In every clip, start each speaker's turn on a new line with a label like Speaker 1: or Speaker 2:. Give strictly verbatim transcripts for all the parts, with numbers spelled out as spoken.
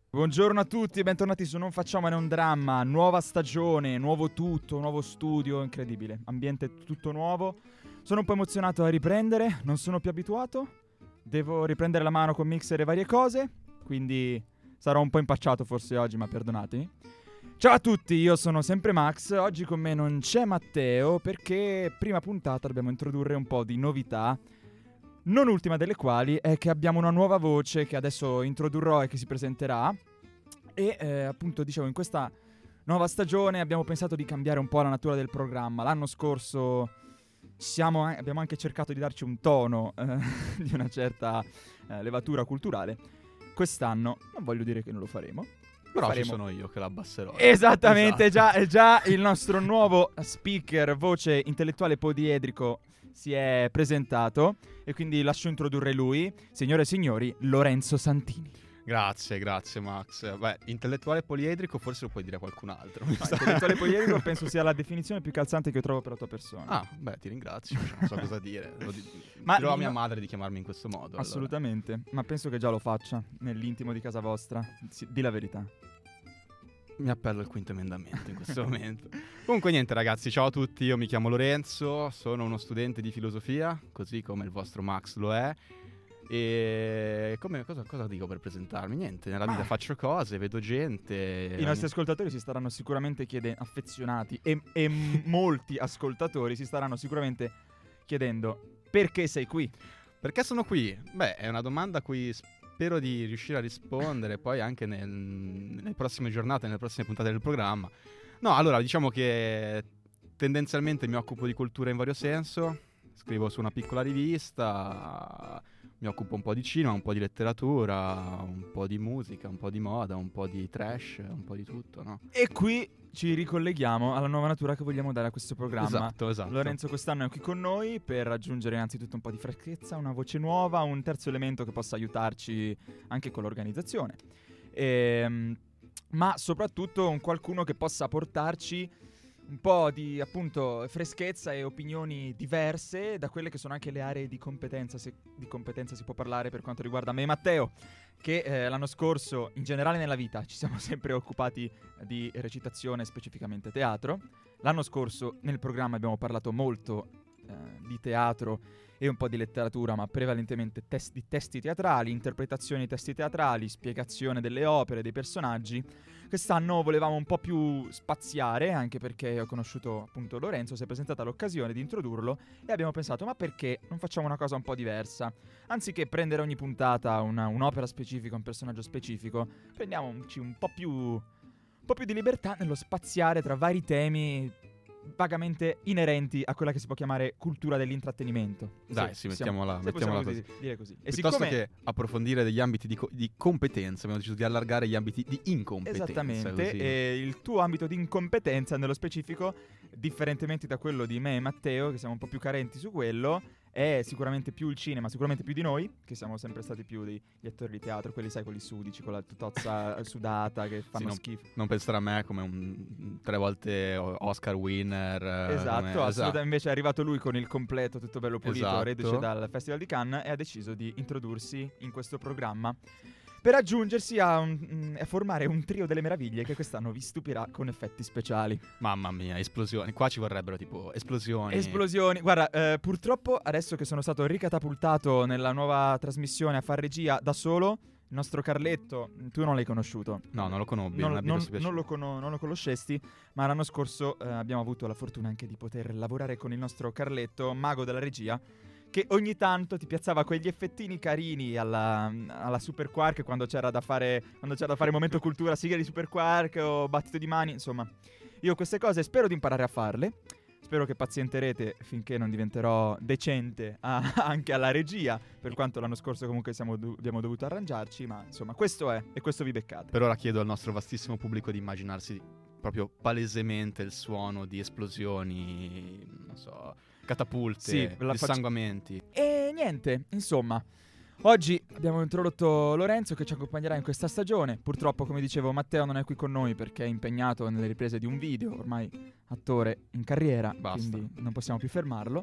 Speaker 1: Buongiorno a tutti, bentornati su Non Facciamone un Dramma. Nuova stagione, nuovo tutto, nuovo studio, incredibile. Ambiente tutto nuovo. Sono un po' emozionato a riprendere, non sono più abituato. Devo riprendere la mano con mixer e varie cose, quindi sarò un po' impacciato forse oggi, ma perdonatemi. Ciao a tutti, io sono sempre Max. Oggi con me non c'è Matteo perché prima puntata dobbiamo introdurre un po' di novità. Non ultima delle quali è che abbiamo una nuova voce che adesso introdurrò e che si presenterà. E eh, appunto dicevo, in questa nuova stagione abbiamo pensato di cambiare un po' la natura del programma. L'anno scorso siamo, abbiamo anche cercato di darci un tono eh, di una certa eh, levatura culturale. Quest'anno non voglio dire che non lo faremo. Lo
Speaker 2: Però
Speaker 1: faremo.
Speaker 2: ci sono io che l'abbasserò.
Speaker 1: Esattamente,
Speaker 2: Esatto.
Speaker 1: già, è già il nostro nuovo speaker, voce intellettuale poliedrico, si è presentato e quindi lascio introdurre lui. Signore e signori, Lorenzo Santini.
Speaker 2: Grazie, grazie Max. Beh, intellettuale poliedrico forse lo puoi dire a qualcun altro.
Speaker 1: No, intellettuale poliedrico penso sia la definizione più calzante che io trovo per la tua persona.
Speaker 2: Ah, beh, ti ringrazio, non so cosa dire. Lo di-
Speaker 1: Ma
Speaker 2: dirò a
Speaker 1: di-
Speaker 2: mia madre di chiamarmi in questo modo. allora.
Speaker 1: Assolutamente, ma penso che già lo faccia nell'intimo di casa vostra. Sì, di la verità.
Speaker 2: Mi appello al quinto emendamento in questo momento. Comunque niente ragazzi, ciao a tutti, io mi chiamo Lorenzo, sono uno studente di filosofia, così come il vostro Max lo è. E come, cosa, cosa dico per presentarmi? Niente, nella vita
Speaker 1: Ma-
Speaker 2: faccio cose, vedo gente.
Speaker 1: I nostri ascoltatori si staranno sicuramente chiedendo, affezionati, e, e m- molti ascoltatori si staranno sicuramente chiedendo perché sei qui.
Speaker 2: Perché sono qui? Beh, è una domanda a cui spero di riuscire a rispondere poi anche nel- nelle prossime giornate, nelle prossime puntate del programma. No, allora, diciamo che tendenzialmente mi occupo di cultura in vario senso, scrivo su una piccola rivista, mi occupo un po' di cinema, un po' di letteratura, un po' di musica, un po' di moda, un po' di trash, un po' di tutto, no?
Speaker 1: E qui ci ricolleghiamo alla nuova natura che vogliamo dare a questo programma.
Speaker 2: Esatto, esatto.
Speaker 1: Lorenzo quest'anno è qui con noi per aggiungere innanzitutto un po' di freschezza, una voce nuova, un terzo elemento che possa aiutarci anche con l'organizzazione. Ehm, ma soprattutto un qualcuno che possa portarci un po' di appunto freschezza e opinioni diverse da quelle che sono anche le aree di competenza, se di competenza si può parlare per quanto riguarda me e Matteo, che eh, l'anno scorso in generale nella vita ci siamo sempre occupati di recitazione, specificamente teatro. L'anno scorso nel programma abbiamo parlato molto eh, di teatro e un po' di letteratura, ma prevalentemente tes- di testi teatrali, interpretazioni di testi teatrali, spiegazione delle opere, dei personaggi. Quest'anno volevamo un po' più spaziare, anche perché ho conosciuto appunto Lorenzo, si è presentata l'occasione di introdurlo e abbiamo pensato, ma perché non facciamo una cosa un po' diversa? Anziché prendere ogni puntata una, un'opera specifica, un personaggio specifico, prendiamoci un po' più, un po' più di libertà nello spaziare tra vari temi vagamente inerenti a quella che si può chiamare cultura dell'intrattenimento.
Speaker 2: Dai, sì,
Speaker 1: possiamo-
Speaker 2: mettiamola,
Speaker 1: se possiamo
Speaker 2: mettiamola
Speaker 1: così, dire così. E
Speaker 2: Piuttosto
Speaker 1: siccome
Speaker 2: che approfondire degli ambiti di, co- di competenza, abbiamo deciso di allargare gli ambiti di incompetenza.
Speaker 1: esattamente,
Speaker 2: così.
Speaker 1: e il tuo ambito di incompetenza nello specifico, differentemente da quello di me e Matteo, che siamo un po' più carenti su quello, è sicuramente più il cinema, sicuramente più di noi, che siamo sempre stati più degli attori di teatro, quelli sai, quelli sudici, con la tozza sudata, che fanno
Speaker 2: non-
Speaker 1: schifo.
Speaker 2: Non pensare a me come un tre volte Oscar winner. eh,
Speaker 1: Esatto,
Speaker 2: come-
Speaker 1: assolutamente. Invece è arrivato lui con il completo, tutto bello pulito,
Speaker 2: Esatto.
Speaker 1: reduce dal Festival di Cannes, e ha deciso di introdursi in questo programma per aggiungersi a, un- mm, a formare un trio delle meraviglie che quest'anno vi stupirà con effetti speciali.
Speaker 2: Mamma mia, esplosioni. Qua ci vorrebbero tipo esplosioni.
Speaker 1: Esplosioni. Guarda, eh, purtroppo adesso che sono stato ricatapultato nella nuova trasmissione a far regia da solo, il nostro Carletto, tu non l'hai conosciuto.
Speaker 2: No, non lo conobbi,
Speaker 1: Non,
Speaker 2: non,
Speaker 1: non-
Speaker 2: non,
Speaker 1: non lo, cono- non lo conoscesti, ma l'anno scorso eh, abbiamo avuto la fortuna anche di poter lavorare con il nostro Carletto, mago della regia, che ogni tanto ti piazzava quegli effettini carini alla, alla Super Quark quando c'era da fare quando c'era da fare momento cultura, sigla di Super Quark o battito di mani, insomma. Io queste cose spero di imparare a farle. Spero che pazienterete finché non diventerò decente a- anche alla regia, per quanto l'anno scorso comunque siamo do- abbiamo dovuto arrangiarci, ma insomma questo è, e questo vi beccate.
Speaker 2: Per ora chiedo al nostro vastissimo pubblico di immaginarsi proprio palesemente il suono di esplosioni, non so, catapulte,
Speaker 1: Sì, la faccio-
Speaker 2: dissanguamenti.
Speaker 1: E niente, insomma, oggi abbiamo introdotto Lorenzo che ci accompagnerà in questa stagione. Purtroppo, come dicevo, Matteo non è qui con noi perché è impegnato nelle riprese di un video, ormai attore in carriera,
Speaker 2: Basta.
Speaker 1: quindi non possiamo più fermarlo.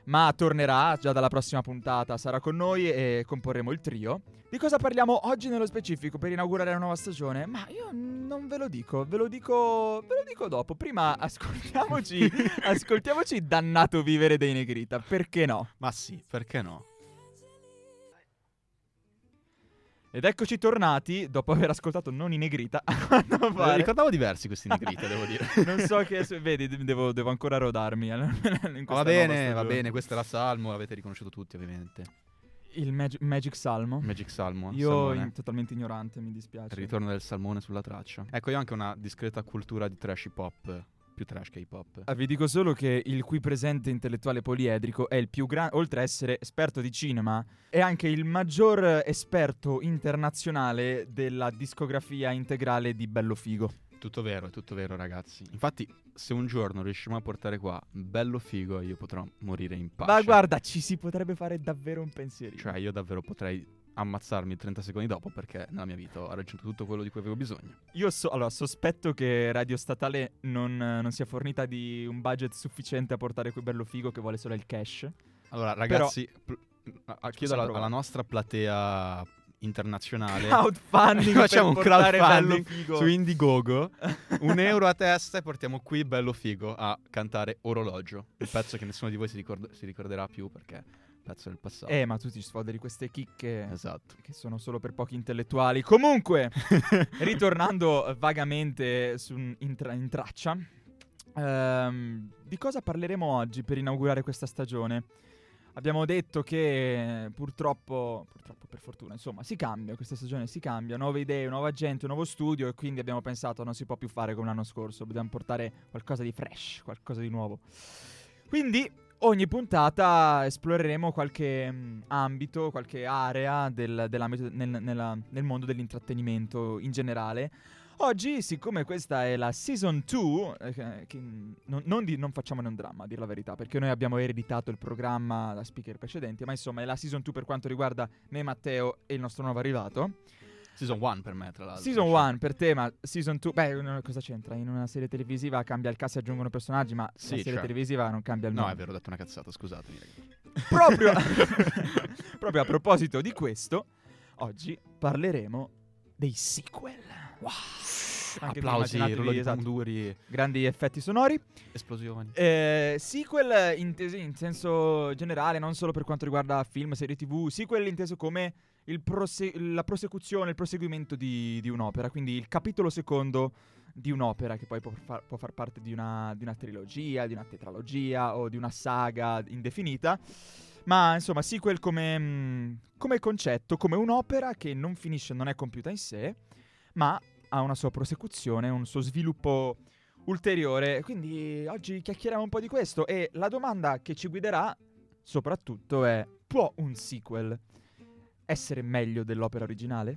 Speaker 1: ma tornerà già dalla prossima puntata, sarà con noi e comporremo il trio. Di cosa parliamo oggi nello specifico per inaugurare la nuova stagione? Ma io non ve lo dico, ve lo dico, ve lo dico dopo. Prima ascoltiamoci, ascoltiamoci Dannato vivere dei Negrita, perché no?
Speaker 2: Ma sì, perché no?
Speaker 1: Ed eccoci tornati, dopo aver ascoltato Non i Negrita, a quanto
Speaker 2: Eh,
Speaker 1: pare.
Speaker 2: ricordavo diversi questi Negrita, devo dire.
Speaker 1: Non so che... Vedi, devo, devo ancora rodarmi. eh, in questa
Speaker 2: Va
Speaker 1: nuova
Speaker 2: bene, va
Speaker 1: stagione.
Speaker 2: bene, questa è la Salmo, l'avete riconosciuto tutti ovviamente.
Speaker 1: Il Mag- Magic Salmo.
Speaker 2: Magic Salmo.
Speaker 1: Io
Speaker 2: Salmone.
Speaker 1: in- totalmente ignorante, mi dispiace.
Speaker 2: Il ritorno del salmone sulla traccia. Ecco, io ho anche una discreta cultura di trash hip hop, più trash che hip hop.
Speaker 1: Ah, vi dico solo che il qui presente intellettuale poliedrico è il più grande, oltre a essere esperto di cinema, è anche il maggior esperto internazionale della discografia integrale di Bello Figo.
Speaker 2: Tutto vero, è tutto vero, ragazzi. Infatti, se un giorno riusciamo a portare qua Bello Figo, io potrò morire in pace.
Speaker 1: Ma guarda, ci si potrebbe fare davvero un pensierino.
Speaker 2: Cioè, io davvero potrei ammazzarmi trenta secondi dopo perché nella mia vita ho raggiunto tutto quello di cui avevo bisogno.
Speaker 1: Io so, allora, sospetto che Radio Statale non, non sia fornita di un budget sufficiente a portare qui Bello Figo, che vuole solo il cash.
Speaker 2: Allora, ragazzi, pl- a- chiedo alla,
Speaker 1: provare.
Speaker 2: alla nostra platea internazionale.
Speaker 1: Crowdfunding
Speaker 2: Facciamo un
Speaker 1: per portare
Speaker 2: crowdfunding
Speaker 1: Bello Figo
Speaker 2: su Indiegogo, un euro a testa e portiamo qui Bello Figo a cantare Orologio, un pezzo che nessuno di voi si, ricord- si ricorderà più perché è un pezzo del passato.
Speaker 1: Eh, ma tu ti sfoderi queste chicche
Speaker 2: Esatto.
Speaker 1: che sono solo per pochi intellettuali. Comunque, ritornando vagamente su, in, tra- in traccia, ehm, di cosa parleremo oggi per inaugurare questa stagione? Abbiamo detto che purtroppo, purtroppo per fortuna, insomma, si cambia, questa stagione si cambia, nuove idee, nuova gente, un nuovo studio e quindi abbiamo pensato non si può più fare come l'anno scorso, dobbiamo portare qualcosa di fresh, qualcosa di nuovo. Quindi ogni puntata esploreremo qualche mh, ambito, qualche area del, dell'ambito nel, nella- nel mondo dell'intrattenimento in generale. Oggi, siccome questa è la season due, eh, che non, non, di- non facciamone un dramma, a dir la verità, perché noi abbiamo ereditato il programma da speaker precedenti, ma insomma è la season due per quanto riguarda me, Matteo e il nostro nuovo arrivato.
Speaker 2: Season uno per me, tra l'altro.
Speaker 1: Season
Speaker 2: Cioè,
Speaker 1: uno per te, ma season due, beh, no, cosa c'entra? In una serie televisiva cambia il cast e aggiungono personaggi, ma
Speaker 2: Sì,
Speaker 1: la serie
Speaker 2: certo.
Speaker 1: televisiva non cambia il
Speaker 2: No,
Speaker 1: nome.
Speaker 2: è vero, ho detto una cazzata, scusatemi, ragazzi.
Speaker 1: Proprio, proprio a proposito di questo, oggi parleremo dei sequel. Wow. Anche qui
Speaker 2: Applausi,
Speaker 1: immaginatevi,
Speaker 2: rullo di
Speaker 1: esatto,
Speaker 2: tamburi,
Speaker 1: grandi effetti sonori.
Speaker 2: esplosioni.
Speaker 1: Eh, sequel intesi in senso generale, non solo per quanto riguarda film, serie tv, sequel inteso come il prose- la prosecuzione, il proseguimento di, di un'opera, quindi il capitolo secondo di un'opera che poi può far, può far parte di una, di una trilogia, di una tetralogia o di una saga indefinita. Ma insomma, sequel come, mh, come concetto, come un'opera che non finisce, non è compiuta in sé, ma ha una sua prosecuzione, un suo sviluppo ulteriore. Quindi oggi chiacchieriamo un po' di questo e la domanda che ci guiderà soprattutto è: può un sequel essere meglio dell'opera originale?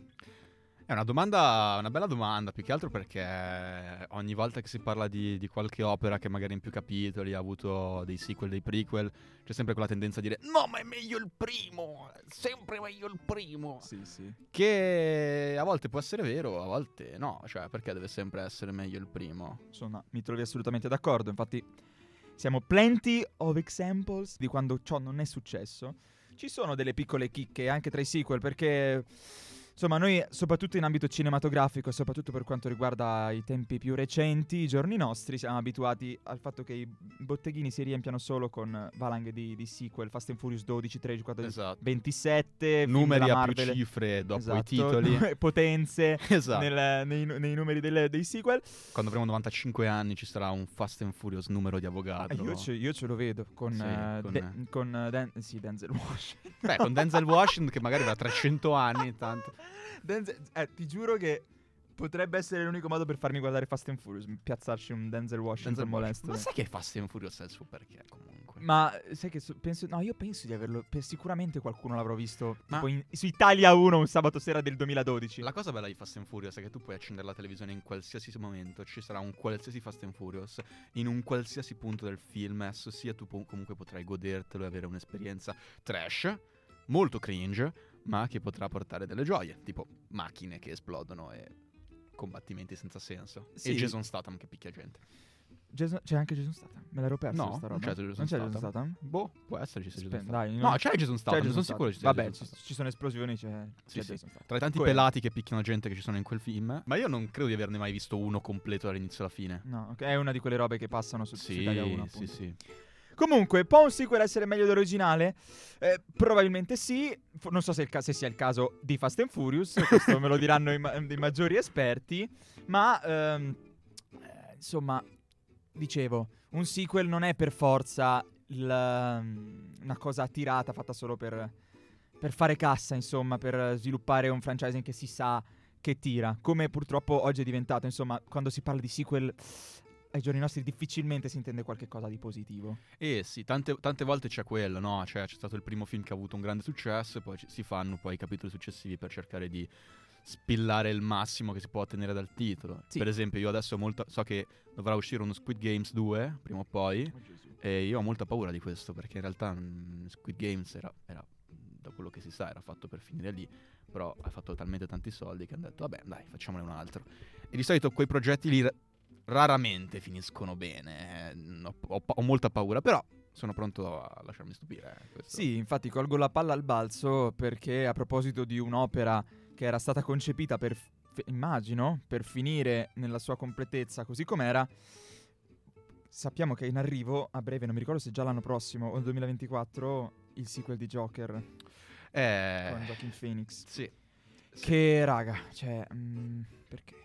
Speaker 2: È una domanda, una bella domanda, più che altro perché ogni volta che si parla di, di qualche opera che magari in più capitoli ha avuto dei sequel, dei prequel, c'è sempre quella tendenza a dire no, ma è meglio il primo, è sempre meglio il primo.
Speaker 1: Sì, sì.
Speaker 2: Che a volte può essere vero, a volte no, cioè perché deve sempre essere meglio il primo?
Speaker 1: Insomma, mi trovi assolutamente d'accordo. Infatti siamo plenty of examples di quando ciò non è successo. Ci sono delle piccole chicche anche tra i sequel perché... Insomma, noi, soprattutto in ambito cinematografico e soprattutto per quanto riguarda i tempi più recenti, i giorni nostri, siamo abituati al fatto che i botteghini si riempiano solo con valanghe di, di sequel, Fast and Furious dodici, tredici, quattordici,
Speaker 2: Esatto.
Speaker 1: ventisette, film
Speaker 2: Numeri
Speaker 1: della
Speaker 2: a più
Speaker 1: Marvel.
Speaker 2: cifre dopo
Speaker 1: Esatto,
Speaker 2: i titoli.
Speaker 1: potenze
Speaker 2: Esatto.
Speaker 1: nel- nei, nei numeri delle- dei sequel.
Speaker 2: Quando avremo novantacinque anni ci sarà un Fast and Furious numero di Avogadro.
Speaker 1: Eh, Io ce, io ce lo vedo con,
Speaker 2: Sì,
Speaker 1: eh,
Speaker 2: con-
Speaker 1: De- con, eh, Dan- sì, Denzel Washington.
Speaker 2: Beh, con Denzel Washington che magari avrà trecento anni tanto.
Speaker 1: Denzel- eh, ti giuro che potrebbe essere l'unico modo per farmi guardare Fast and Furious, piazzarci un Denzel Washington
Speaker 2: Denzel
Speaker 1: molesto.
Speaker 2: Washington. Ma sai che Fast and Furious è il suo perché comunque?
Speaker 1: Ma sai che so- penso, no, io penso di averlo, per sicuramente qualcuno l'avrò visto
Speaker 2: Ma-
Speaker 1: tipo in- su Italia uno un sabato sera del duemiladodici.
Speaker 2: La cosa bella di Fast and Furious è che tu puoi accendere la televisione in qualsiasi momento, ci sarà un qualsiasi Fast and Furious in un qualsiasi punto del film, esso sia tu po- comunque potrai godertelo e avere un'esperienza trash, molto cringe, ma che potrà portare delle gioie, tipo macchine che esplodono e combattimenti senza senso.
Speaker 1: Sì.
Speaker 2: E Jason Statham che picchia gente.
Speaker 1: Jason, c'è anche Jason Statham. Me l'ero perso
Speaker 2: No,
Speaker 1: sta
Speaker 2: non
Speaker 1: roba.
Speaker 2: c'è Jason
Speaker 1: non c'è
Speaker 2: Statham.
Speaker 1: Jason Statham?
Speaker 2: Boh, può essere ci sia Jason
Speaker 1: Spe-
Speaker 2: Statham.
Speaker 1: dai,
Speaker 2: No,
Speaker 1: non-
Speaker 2: c'è Jason
Speaker 1: C'è
Speaker 2: Statham,
Speaker 1: Jason
Speaker 2: sono
Speaker 1: Statham.
Speaker 2: sicuro ci sia
Speaker 1: Vabbè,
Speaker 2: Jason
Speaker 1: ci,
Speaker 2: Statham.
Speaker 1: ci sono esplosioni, c'è,
Speaker 2: Sì,
Speaker 1: c'è
Speaker 2: sì.
Speaker 1: Jason Statham.
Speaker 2: Tra i tanti
Speaker 1: Comunque-
Speaker 2: pelati che picchiano gente che ci sono in quel film. Ma io non credo di averne mai visto uno completo dall'inizio alla fine.
Speaker 1: No, ok, è una di quelle robe che passano su, su
Speaker 2: Sì,
Speaker 1: Italia uno,
Speaker 2: sì,
Speaker 1: appunto.
Speaker 2: sì.
Speaker 1: Comunque, può un sequel essere meglio dell'originale? Eh, probabilmente sì. F- non so se, il ca- se sia il caso di Fast and Furious, questo me lo diranno i, ma- i maggiori esperti. Ma, ehm, eh, insomma, dicevo, un sequel non è per forza il, um, una cosa tirata, fatta solo per, per fare cassa, insomma, per sviluppare un franchising che si sa che tira. Come purtroppo oggi è diventato, insomma, quando si parla di sequel... ai giorni nostri difficilmente si intende qualche cosa di positivo.
Speaker 2: Eh sì, tante, tante volte c'è quello, no? Cioè c'è stato il primo film che ha avuto un grande successo e poi ci- si fanno poi i capitoli successivi per cercare di spillare il massimo che si può ottenere dal titolo.
Speaker 1: Sì.
Speaker 2: Per esempio io adesso ho molta, so che dovrà uscire uno Squid Games due prima o poi e io ho molta paura di questo perché in realtà mm, Squid Games era, era, da quello che si sa, era fatto per finire lì, però ha fatto talmente tanti soldi che hanno detto vabbè dai facciamone un altro. E di solito quei progetti lì raramente finiscono bene, eh, ho, ho pa- ho molta paura, però sono pronto a lasciarmi stupire. eh, questo.
Speaker 1: Sì, infatti colgo la palla al balzo perché a proposito di un'opera che era stata concepita per, f- immagino, per finire nella sua completezza così com'era, sappiamo che è in arrivo a breve, non mi ricordo se già l'anno prossimo o il duemilaventiquattro, il sequel di Joker
Speaker 2: Eh,
Speaker 1: con Joaquin Phoenix.
Speaker 2: sì. Sì.
Speaker 1: Che raga, cioè, mm, perché?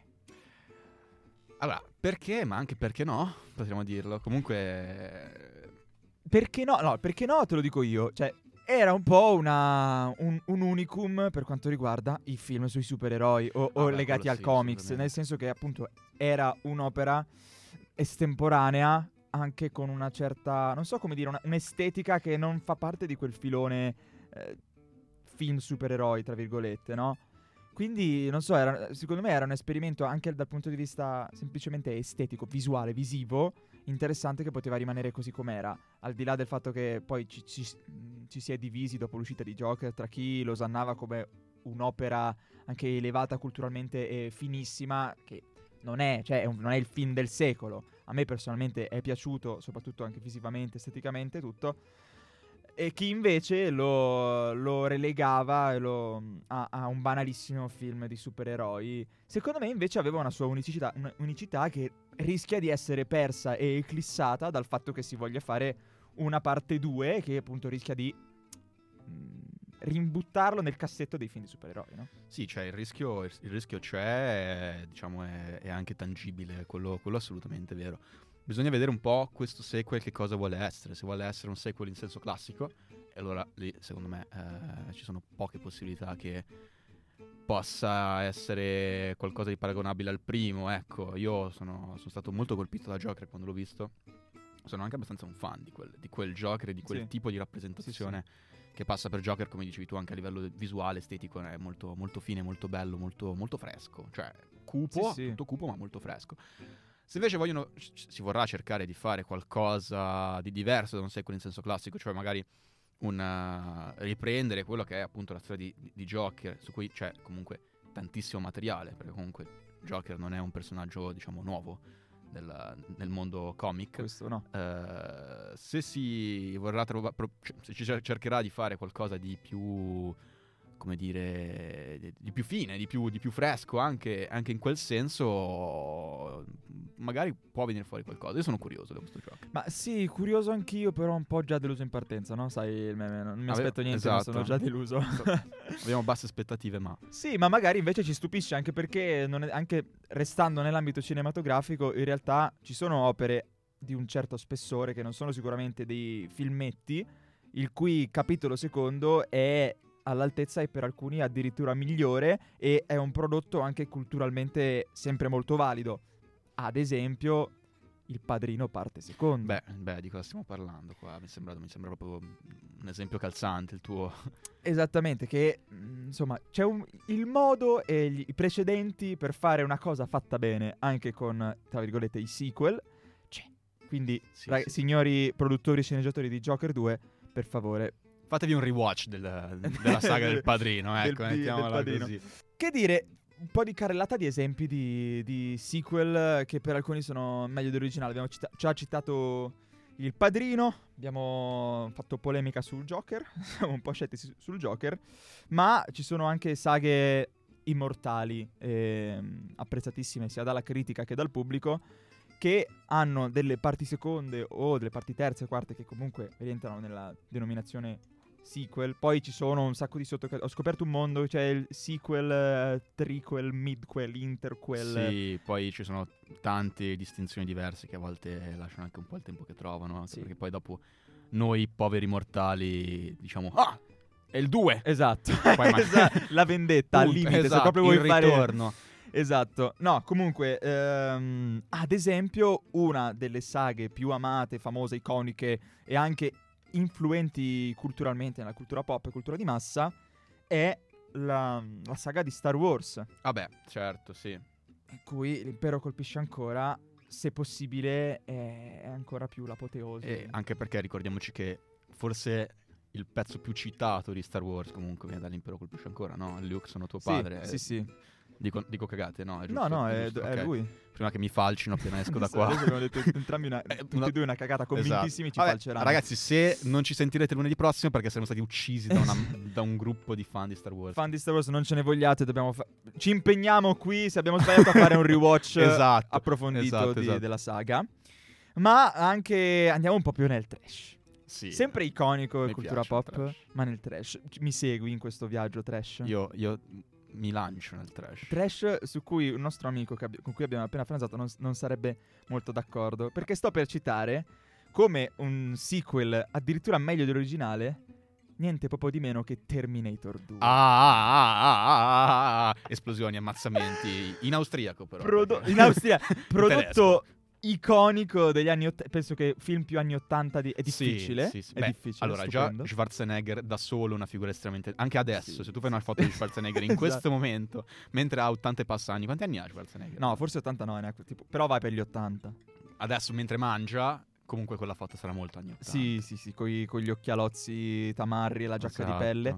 Speaker 2: Allora, perché? Ma anche perché no? Potremmo dirlo. Comunque...
Speaker 1: Perché no? No, perché no, te lo dico io. Cioè, era un po' una, un, un unicum per quanto riguarda i film sui supereroi o, o
Speaker 2: Vabbè,
Speaker 1: legati
Speaker 2: quello
Speaker 1: al
Speaker 2: sì,
Speaker 1: comics.
Speaker 2: assolutamente.
Speaker 1: Nel senso che, appunto, era un'opera estemporanea, anche con una certa, non so come dire, una- un'estetica che non fa parte di quel filone eh, film supereroi, tra virgolette, no? Quindi, non so, era- secondo me era un esperimento anche dal punto di vista semplicemente estetico, visuale, visivo, interessante che poteva rimanere così com'era, al di là del fatto che poi ci, ci- mh, ci si è divisi dopo l'uscita di Joker tra chi lo osannava come un'opera anche elevata culturalmente e finissima, che non è, cioè è un- non è il film del secolo. A me personalmente è piaciuto, soprattutto anche visivamente, esteticamente, tutto. E chi invece lo, lo relegava e lo- a, a un banalissimo film di supereroi. Secondo me invece aveva una sua unicità, una unicità che rischia di essere persa e eclissata dal fatto che si voglia fare una parte due che appunto rischia di mm, rimbuttarlo nel cassetto dei film di supereroi, no?
Speaker 2: Sì, cioè il rischio, il rischio c'è, diciamo è, è anche tangibile, quello, quello assolutamente vero. Bisogna vedere un po' questo sequel che cosa vuole essere, se vuole essere un sequel in senso classico, e allora lì secondo me eh, ci sono poche possibilità che possa essere qualcosa di paragonabile al primo. Ecco, io sono, sono stato molto colpito da Joker quando l'ho visto, sono anche abbastanza un fan di quel, di quel Joker e di quel
Speaker 1: Sì.
Speaker 2: tipo di rappresentazione che passa per Joker, come dicevi tu, anche a livello visuale, estetico, è molto, molto fine, molto bello, molto, molto fresco, cioè cupo,
Speaker 1: Sì, sì.
Speaker 2: tutto cupo ma molto fresco. Se invece vogliono, c- si vorrà cercare di fare qualcosa di diverso da un sequel in senso classico, cioè magari un, uh, riprendere quello che è appunto la storia di, di, di Joker, su cui c'è comunque tantissimo materiale, perché comunque Joker non è un personaggio, diciamo, nuovo nel, nel mondo comic.
Speaker 1: Questo no.
Speaker 2: Eh, se si vorrà trovare, se ci cer- cercherà di fare qualcosa di più, come dire, di, di più fine, di più, di più fresco, anche, anche in quel senso, magari può venire fuori qualcosa. Io sono curioso da questo gioco.
Speaker 1: Ma sì, curioso anch'io, però un po' già deluso in partenza, no? Sai, il meme, non mi
Speaker 2: Ave-
Speaker 1: aspetto niente, ma
Speaker 2: esatto.
Speaker 1: sono già deluso.
Speaker 2: Abbiamo basse aspettative, ma
Speaker 1: Sì, ma magari invece ci stupisce anche perché, non è- anche restando nell'ambito cinematografico, in realtà ci sono opere di un certo spessore che non sono sicuramente dei filmetti, il cui capitolo secondo è all'altezza e per alcuni addirittura migliore e è un prodotto anche culturalmente sempre molto valido. Ad esempio, Il Padrino parte seconda.
Speaker 2: beh, beh, di cosa stiamo parlando qua? Mi sembra, mi sembra proprio un esempio calzante il tuo.
Speaker 1: Esattamente, che mh, insomma c'è un, il modo e gli, i precedenti per fare una cosa fatta bene anche con, tra virgolette, i sequel. C'è. Quindi,
Speaker 2: Sì,
Speaker 1: rag-
Speaker 2: sì.
Speaker 1: signori produttori e sceneggiatori di Joker due, per favore.
Speaker 2: Fatevi un rewatch del- della saga del Padrino,
Speaker 1: Del-
Speaker 2: ecco,
Speaker 1: di-
Speaker 2: mettiamola
Speaker 1: del Padrino.
Speaker 2: così.
Speaker 1: Che dire, un po' di carrellata di esempi di, di sequel che per alcuni sono meglio dell'originale. Abbiamo cita- già citato Il Padrino, abbiamo fatto polemica sul Joker, siamo un po' scettici sul Joker, ma ci sono anche saghe immortali, ehm, apprezzatissime sia dalla critica che dal pubblico, che hanno delle parti seconde o delle parti terze e quarte che comunque rientrano nella denominazione sequel. Poi ci sono un sacco di sotto... Ho scoperto un mondo, c'è il sequel, eh, triquel, midquel, interquel.
Speaker 2: Sì, poi ci sono tante distinzioni diverse che a volte lasciano anche un po' il tempo che trovano, anche
Speaker 1: Sì.
Speaker 2: perché poi dopo noi poveri mortali diciamo ah, è il due.
Speaker 1: Esatto,
Speaker 2: Poi ma-
Speaker 1: esatto. La vendetta al
Speaker 2: Punto,
Speaker 1: limite, se
Speaker 2: esatto,
Speaker 1: proprio vuoi
Speaker 2: il
Speaker 1: fare...
Speaker 2: ritorno.
Speaker 1: Esatto, no, comunque, ehm, ad esempio, una delle saghe più amate, famose, iconiche e anche influenti culturalmente nella cultura pop e cultura di massa è la, la saga di Star Wars,
Speaker 2: Vabbè, certo, sì.
Speaker 1: in cui l'impero colpisce ancora, se possibile, è, è ancora più l'apoteosi.
Speaker 2: E anche perché ricordiamoci che forse il pezzo più citato di Star Wars comunque viene dall'Impero colpisce ancora, no? Luke, sono tuo
Speaker 1: Sì,
Speaker 2: padre.
Speaker 1: sì, sì.
Speaker 2: Dico, dico cagate, no? È
Speaker 1: No,
Speaker 2: giusto,
Speaker 1: no, è,
Speaker 2: giusto,
Speaker 1: è
Speaker 2: ok.
Speaker 1: lui.
Speaker 2: Prima che mi falcino appena esco da
Speaker 1: Adesso-
Speaker 2: qua.
Speaker 1: adesso abbiamo detto entrambi una,
Speaker 2: Eh,
Speaker 1: tutti
Speaker 2: una-
Speaker 1: e due una cagata, convintissimi
Speaker 2: Esatto.
Speaker 1: ci
Speaker 2: Vabbè,
Speaker 1: falceranno.
Speaker 2: ragazzi, se non ci sentirete lunedì prossimo perché saremo stati uccisi da, una- da un gruppo di fan di Star Wars.
Speaker 1: Fan di Star Wars, non ce ne vogliate, dobbiamo fa- ci impegniamo qui, se abbiamo sbagliato, a fare un rewatch
Speaker 2: Esatto,
Speaker 1: approfondito
Speaker 2: esatto,
Speaker 1: di-
Speaker 2: esatto.
Speaker 1: della saga. Ma anche andiamo un po' più nel trash.
Speaker 2: Sì.
Speaker 1: Sempre iconico e
Speaker 2: Mi
Speaker 1: cultura
Speaker 2: piace il
Speaker 1: pop,
Speaker 2: trash.
Speaker 1: ma nel trash. Mi segui in questo viaggio trash?
Speaker 2: Io, io mi lancio nel trash.
Speaker 1: Trash su cui un nostro amico che abbi- con cui abbiamo appena pranzato non, s- non sarebbe molto d'accordo, perché sto per citare come un sequel addirittura meglio dell'originale niente proprio di meno che Terminator due.
Speaker 2: Ah, ah, ah, ah, ah, ah. Esplosioni, ammazzamenti. In austriaco però.
Speaker 1: Prodo-
Speaker 2: perché-
Speaker 1: in Austria,
Speaker 2: In
Speaker 1: prodotto iconico degli anni ottanta. Penso che film più anni ottanta di- è
Speaker 2: Sì,
Speaker 1: difficile.
Speaker 2: sì, sì.
Speaker 1: È
Speaker 2: Beh,
Speaker 1: difficile.
Speaker 2: allora,
Speaker 1: stupendo.
Speaker 2: già Schwarzenegger da solo è una figura estremamente. Anche adesso,
Speaker 1: Sì.
Speaker 2: se tu fai una foto di Schwarzenegger in
Speaker 1: Esatto.
Speaker 2: questo momento, mentre ha ottanta e passa anni, quanti anni ha Schwarzenegger?
Speaker 1: No, forse ottantanove, neanche, tipo, però vai per gli ottanta.
Speaker 2: Adesso, mentre mangia, comunque quella foto sarà molto anni ottanta.
Speaker 1: Sì, sì, sì, con gli occhialozzi tamarri e la giacca di
Speaker 2: Esatto.
Speaker 1: pelle.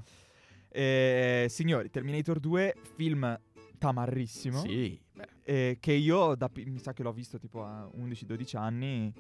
Speaker 1: Eh, signori, Terminator due, film tamarrissimo.
Speaker 2: Sì, beh,
Speaker 1: eh, che io, da, pi- mi sa che l'ho visto tipo a undici dodici anni.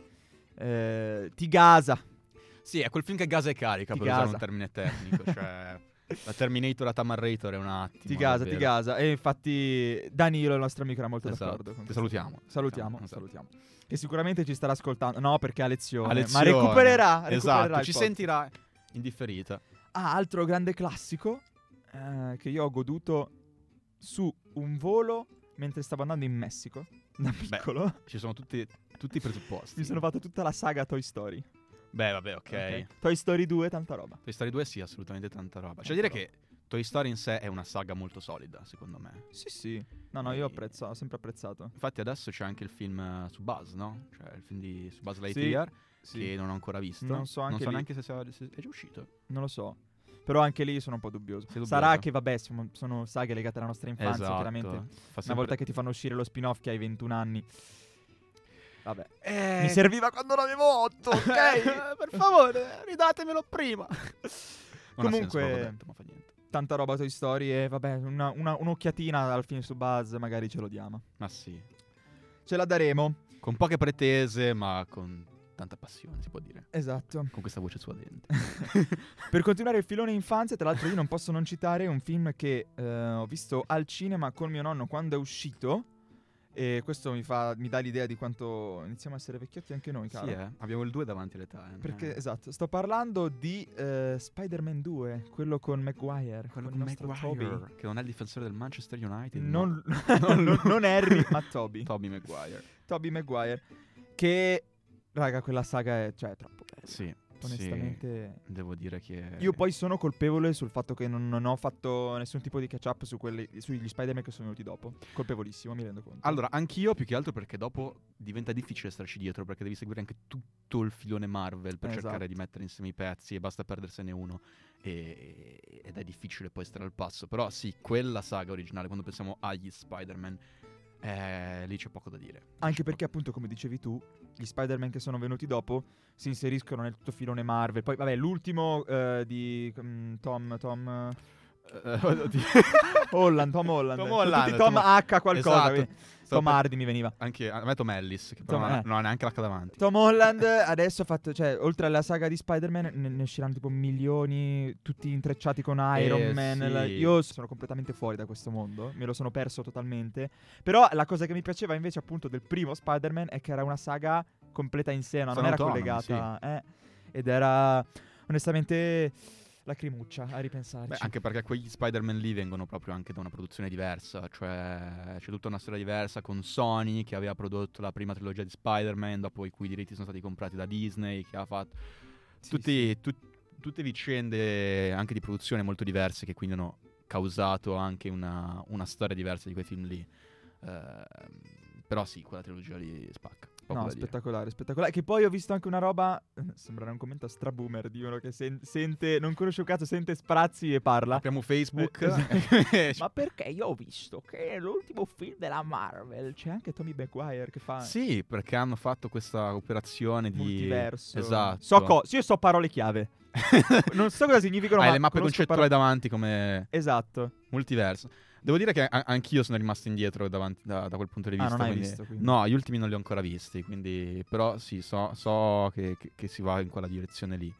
Speaker 1: eh, ti gasa.
Speaker 2: sì, è quel film che gasa e carica,
Speaker 1: Ti
Speaker 2: per usare
Speaker 1: gasa.
Speaker 2: un termine tecnico. Cioè, la Terminator, la Tamarrator è un attimo.
Speaker 1: Ti gasa, ti
Speaker 2: davvero.
Speaker 1: gasa. E infatti Danilo, il nostro amico, era molto
Speaker 2: Esatto.
Speaker 1: d'accordo. con
Speaker 2: Ti
Speaker 1: questo.
Speaker 2: salutiamo.
Speaker 1: Salutiamo,
Speaker 2: Esatto.
Speaker 1: salutiamo. Che sicuramente ci starà ascoltando. No, perché ha lezione.
Speaker 2: A
Speaker 1: Ma
Speaker 2: lezione.
Speaker 1: recupererà. recupererà
Speaker 2: Esatto,
Speaker 1: il
Speaker 2: ci
Speaker 1: podcast.
Speaker 2: sentirà in differita.
Speaker 1: Ah, altro grande classico eh, che io ho goduto su un volo mentre stavo andando in Messico da piccolo.
Speaker 2: Ci sono tutti, tutti i presupposti.
Speaker 1: Mi sono fatto tutta la saga Toy Story.
Speaker 2: Beh, vabbè, ok.
Speaker 1: Ok? Toy Story due, tanta roba.
Speaker 2: Toy Story due sì, assolutamente tanta roba. C'è
Speaker 1: Tanta
Speaker 2: da dire che Toy Story in sé è una saga molto solida, secondo me.
Speaker 1: Sì, sì. No, no, io apprezzo, ho sempre apprezzato.
Speaker 2: Infatti adesso c'è anche il film eh, su Buzz, no? Cioè il film di su Buzz Lightyear,
Speaker 1: Sì,
Speaker 2: che non ho ancora visto.
Speaker 1: Non so anche
Speaker 2: non so
Speaker 1: lì.
Speaker 2: neanche se, sia- se è già uscito.
Speaker 1: non lo so. Però anche lì sono un po' dubbioso.
Speaker 2: Sei dubbioso?
Speaker 1: Sarà che, vabbè, sono, sono saghe legate alla nostra infanzia,
Speaker 2: Esatto.
Speaker 1: chiaramente.
Speaker 2: Fa
Speaker 1: Una
Speaker 2: sempre-
Speaker 1: volta che ti fanno uscire lo spin-off che hai ventuno anni. Vabbè.
Speaker 2: Eh,
Speaker 1: Mi serviva quando ne avevo otto, ok?
Speaker 2: per favore, ridatemelo prima. Non ha
Speaker 1: Comunque-
Speaker 2: senso, l'avevo detto, ma fa niente.
Speaker 1: Tanta roba Toy Story e vabbè, una, una- un'occhiatina al film su Buzz magari ce lo diamo.
Speaker 2: Ma sì.
Speaker 1: Ce la daremo.
Speaker 2: Con poche pretese, ma con tanta passione, si può dire.
Speaker 1: Esatto.
Speaker 2: Con questa voce suadente.
Speaker 1: Per continuare il filone infanzia, tra l'altro io non posso non citare un film che eh, ho visto al cinema con mio nonno quando è uscito. E questo mi, fa, mi dà l'idea di quanto iniziamo a essere vecchiotti anche noi, caro.
Speaker 2: Sì, eh. Abbiamo il due davanti all'età. Eh.
Speaker 1: Perché, esatto, sto parlando di eh, Spider-Man due, quello con Maguire,
Speaker 2: Quello
Speaker 1: con
Speaker 2: con
Speaker 1: il nostro
Speaker 2: Maguire,
Speaker 1: Tobey.
Speaker 2: che non è il difensore del Manchester United.
Speaker 1: Non,
Speaker 2: no.
Speaker 1: non, non Harry, ma Toby.
Speaker 2: Tobey Maguire.
Speaker 1: Tobey Maguire. Che, raga, quella saga è, cioè, è troppo bella.
Speaker 2: Sì,
Speaker 1: Onestamente...
Speaker 2: sì, devo dire che...
Speaker 1: Io poi sono colpevole sul fatto che non, non ho fatto nessun tipo di catch up su quelli, sugli Spider-Man che sono venuti dopo. Colpevolissimo, mi rendo conto.
Speaker 2: Allora, anch'io più che altro perché dopo diventa difficile starci dietro, perché devi seguire anche tutto il filone Marvel per
Speaker 1: Esatto.
Speaker 2: cercare di mettere insieme i pezzi e basta perdersene uno. E- ed è difficile poi stare al passo. Però sì, quella saga originale, quando pensiamo agli Spider-Man, eh, lì c'è poco da dire.
Speaker 1: Anche
Speaker 2: C'è
Speaker 1: perché, appunto, come dicevi tu, gli Spider-Man che sono venuti dopo si inseriscono nel tutto filone Marvel. Poi, vabbè, l'ultimo eh, di mm, Tom, Tom...
Speaker 2: Eh, oddio.
Speaker 1: Holland, Tom Holland.
Speaker 2: Tom
Speaker 1: Sono
Speaker 2: Holland,
Speaker 1: tutti Tom,
Speaker 2: Tom-
Speaker 1: H qualcosa.
Speaker 2: Esatto.
Speaker 1: quindi.
Speaker 2: Stavo
Speaker 1: Tom
Speaker 2: per-
Speaker 1: Hardy mi veniva.
Speaker 2: Anche a me Tom Ellis, che però
Speaker 1: Tom-
Speaker 2: non, ha,
Speaker 1: eh.
Speaker 2: non ha neanche l'H davanti.
Speaker 1: Tom Holland adesso ha fatto, cioè, oltre alla saga di Spider-Man, ne, ne usciranno tipo milioni, tutti intrecciati con Iron
Speaker 2: Eh,
Speaker 1: Man.
Speaker 2: sì.
Speaker 1: la- Io sono completamente fuori da questo mondo, me lo sono perso totalmente. Però la cosa che mi piaceva invece appunto del primo Spider-Man è che era una saga completa in sé, no? non
Speaker 2: Sono
Speaker 1: era
Speaker 2: autonomi,
Speaker 1: collegata. eh. Ed era onestamente lacrimuccia a ripensarci.
Speaker 2: Beh, anche perché quegli Spider-Man lì vengono proprio anche da una produzione diversa, cioè c'è tutta una storia diversa con Sony che aveva prodotto la prima trilogia di Spider-Man, dopo i cui diritti sono stati comprati da Disney, che ha fatto
Speaker 1: Sì,
Speaker 2: tutti,
Speaker 1: sì.
Speaker 2: tut- tutte vicende anche di produzione molto diverse che quindi hanno causato anche una, una storia diversa di quei film lì. Ehm, però sì, quella trilogia lì spacca. Poco
Speaker 1: No,
Speaker 2: da dire.
Speaker 1: spettacolare, spettacolare. Che poi ho visto anche una roba. Sembrerà un commento a straboomer di uno che sen- sente, non conosce un cazzo, sente sprazzi e parla.
Speaker 2: Apriamo Facebook.
Speaker 1: Eh, Ma perché io ho visto che nell'ultimo film della Marvel c'è anche Tommy Maguire che fa
Speaker 2: Sì, perché hanno fatto questa operazione di
Speaker 1: multiverso.
Speaker 2: Esatto.
Speaker 1: So co- io so parole chiave. Non so cosa significano,
Speaker 2: Hai
Speaker 1: ma
Speaker 2: le mappe
Speaker 1: conosco
Speaker 2: concettuali
Speaker 1: parole-
Speaker 2: davanti come
Speaker 1: Esatto.
Speaker 2: multiverso. Devo dire che a- anch'io sono rimasto indietro davanti, da, da quel punto di
Speaker 1: Ah,
Speaker 2: vista.
Speaker 1: non hai
Speaker 2: quindi-
Speaker 1: visto, quindi.
Speaker 2: No, gli ultimi non li ho ancora visti, quindi però sì, so, so che, che- che si va in quella direzione lì.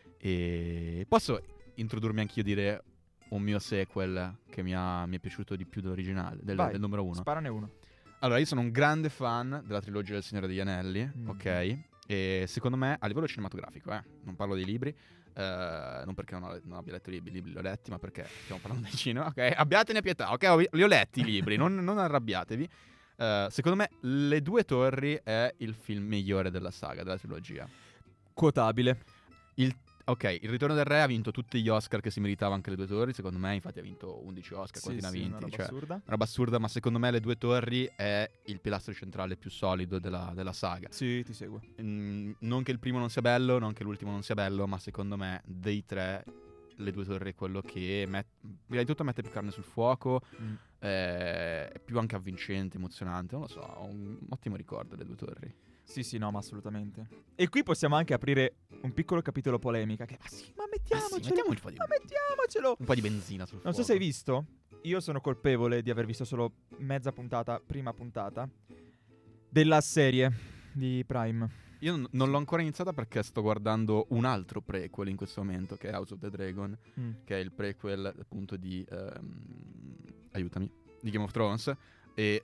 Speaker 2: E posso introdurmi anch'io dire un mio sequel che mi, ha- mi è piaciuto di più dell'originale, del,
Speaker 1: Vai,
Speaker 2: del numero uno.
Speaker 1: Sparane uno.
Speaker 2: Allora, io sono un grande fan della trilogia del Signore degli Anelli,
Speaker 1: Mm.
Speaker 2: ok? E secondo me, a livello cinematografico, eh, non parlo dei libri, eh, non perché non, ho- non abbia letto i libri, i libri li ho letti, ma perché stiamo parlando di cinema, ok? Abbiatene pietà, ok? Ho- Li ho letti i libri, non, non arrabbiatevi. Eh, secondo me, Le Due Torri è il film migliore della saga, della trilogia.
Speaker 1: Quotabile.
Speaker 2: Il, ok, Il Ritorno del Re ha vinto tutti gli Oscar che si meritava anche Le Due Torri, secondo me, infatti ha vinto undici Oscar,
Speaker 1: Sì,
Speaker 2: quanti ne ha
Speaker 1: sì, una
Speaker 2: vinti?
Speaker 1: roba
Speaker 2: Cioè,
Speaker 1: assurda.
Speaker 2: una roba assurda, ma secondo me Le Due Torri è il pilastro centrale più solido della, della saga.
Speaker 1: Sì, ti seguo.
Speaker 2: Mm, non che il primo non sia bello, non che l'ultimo non sia bello, ma secondo me dei tre Le Due Torri è quello che met- prima di tutto mette più carne sul fuoco,
Speaker 1: Mm.
Speaker 2: eh, è più anche avvincente, emozionante, non lo so, ho un ottimo ricordo delle Due Torri.
Speaker 1: Sì, sì, no, ma assolutamente. E qui possiamo anche aprire un piccolo capitolo polemica. Che, ma sì, ma mettiamocelo.
Speaker 2: mettiamo un po' di-
Speaker 1: Ma mettiamocelo.
Speaker 2: Un po' di benzina sul
Speaker 1: Non so
Speaker 2: fuoco.
Speaker 1: se hai visto. Io sono colpevole di aver visto solo mezza puntata, prima puntata, della serie di Prime.
Speaker 2: Io n- non l'ho ancora iniziata perché sto guardando un altro prequel in questo momento, che è House of the Dragon,
Speaker 1: Mm.
Speaker 2: che è il prequel appunto di ehm, aiutami, di Game of Thrones. E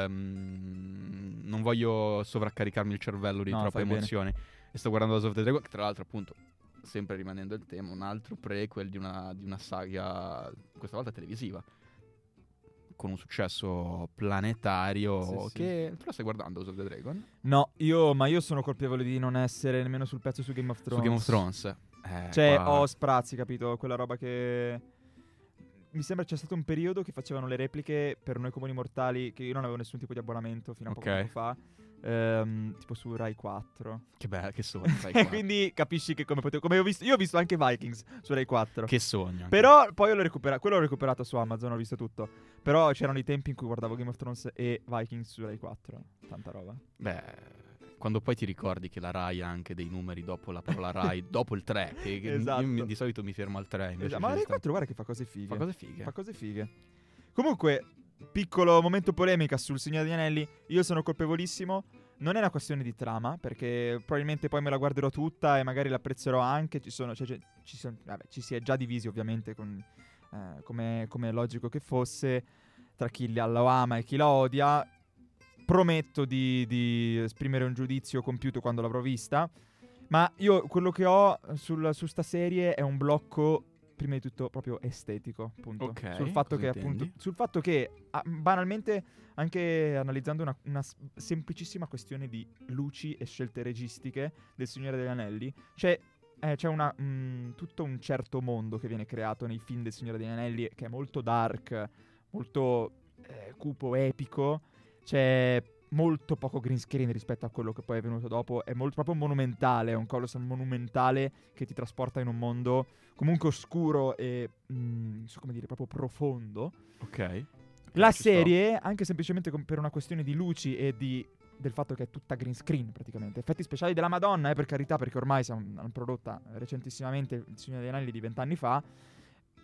Speaker 2: ehm, non voglio sovraccaricarmi il cervello di
Speaker 1: No,
Speaker 2: troppe
Speaker 1: fai bene.
Speaker 2: emozioni. E sto guardando House of the Dragon, che tra l'altro appunto, sempre rimanendo il tema, un altro prequel di una, di una saga, questa volta televisiva, con un successo planetario.
Speaker 1: Sì, sì.
Speaker 2: Che tu la stai guardando House of the Dragon?
Speaker 1: No, io, ma io sono colpevole di non essere nemmeno sul pezzo su Game of Thrones.
Speaker 2: Su Game of Thrones. Eh,
Speaker 1: Cioè,
Speaker 2: qua-
Speaker 1: ho sprazzi, capito? Quella roba che... Mi sembra c'è stato un periodo che facevano le repliche per noi comuni mortali, che io non avevo nessun tipo di abbonamento fino a poco
Speaker 2: Ok.
Speaker 1: tempo fa, ehm, tipo su Rai quattro.
Speaker 2: Che bello, che sogno. Rai
Speaker 1: E
Speaker 2: quattro.
Speaker 1: quindi capisci che come potevo... Come ho visto... Io ho visto anche Vikings su Rai quattro.
Speaker 2: Che sogno. anche.
Speaker 1: Però poi l'ho recuperato, quello l'ho recuperato su Amazon, ho visto tutto. Però c'erano i tempi in cui guardavo Game of Thrones e Vikings su Rai quattro. Tanta roba.
Speaker 2: Beh, quando poi ti ricordi che la Rai ha anche dei numeri dopo la parola Rai, dopo il tre, che, che
Speaker 1: Esatto.
Speaker 2: io mi- di solito mi fermo al tre. Invece
Speaker 1: Esatto, ma
Speaker 2: ci
Speaker 1: Rai
Speaker 2: sta-
Speaker 1: quattro guarda che fa cose fighe.
Speaker 2: fa cose fighe.
Speaker 1: Fa cose fighe. Comunque, piccolo momento polemica sul Signore degli Anelli. Io sono colpevolissimo. Non è una questione di trama, perché probabilmente poi me la guarderò tutta e magari l'apprezzerò anche. Ci sono, cioè, cioè, ci, sono vabbè, ci si è già divisi ovviamente, con, eh, come, come è logico che fosse, tra chi la lo ama e chi la odia. Prometto di, di esprimere un giudizio compiuto quando l'avrò vista. Ma io quello che ho sul, su sta serie è un blocco, prima di tutto, proprio estetico, appunto.
Speaker 2: Ok,
Speaker 1: sul fatto
Speaker 2: cosa
Speaker 1: che,
Speaker 2: intendi?
Speaker 1: appunto, sul fatto che, ah, banalmente, anche analizzando una, una s- semplicissima questione di luci e scelte registiche del Signore degli Anelli, c'è, eh, c'è una, mm, tutto un certo mondo che viene creato nei film del Signore degli Anelli, che è molto dark, molto eh, cupo, epico. C'è molto poco green screen rispetto a quello che poi è venuto dopo. È molto proprio monumentale, è un colossal monumentale che ti trasporta in un mondo comunque oscuro e mm, non so come dire, proprio profondo.
Speaker 2: Ok.
Speaker 1: La
Speaker 2: ci sto.
Speaker 1: serie, anche semplicemente com- per una questione di luci e di del fatto che è tutta green screen praticamente, effetti speciali della Madonna, eh, per carità, perché ormai siamo- hanno prodotta recentissimamente Il Signore degli Anelli di vent'anni fa.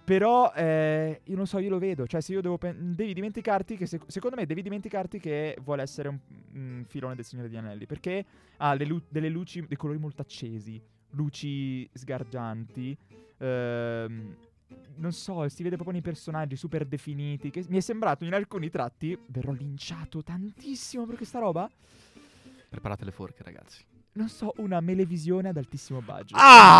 Speaker 1: Però eh, io non so, io lo vedo. Cioè, se io devo pen- devi dimenticarti che sec- secondo me devi dimenticarti che vuole essere un, un filone del Signore degli Anelli, perché ha le lu- delle luci, dei colori molto accesi, luci sgargianti. Ehm, non so, si vede proprio nei personaggi super definiti. Che mi è sembrato in alcuni tratti verrò linciato tantissimo per questa roba.
Speaker 2: Preparate le forche, ragazzi.
Speaker 1: Non so, una melevisione ad altissimo budget.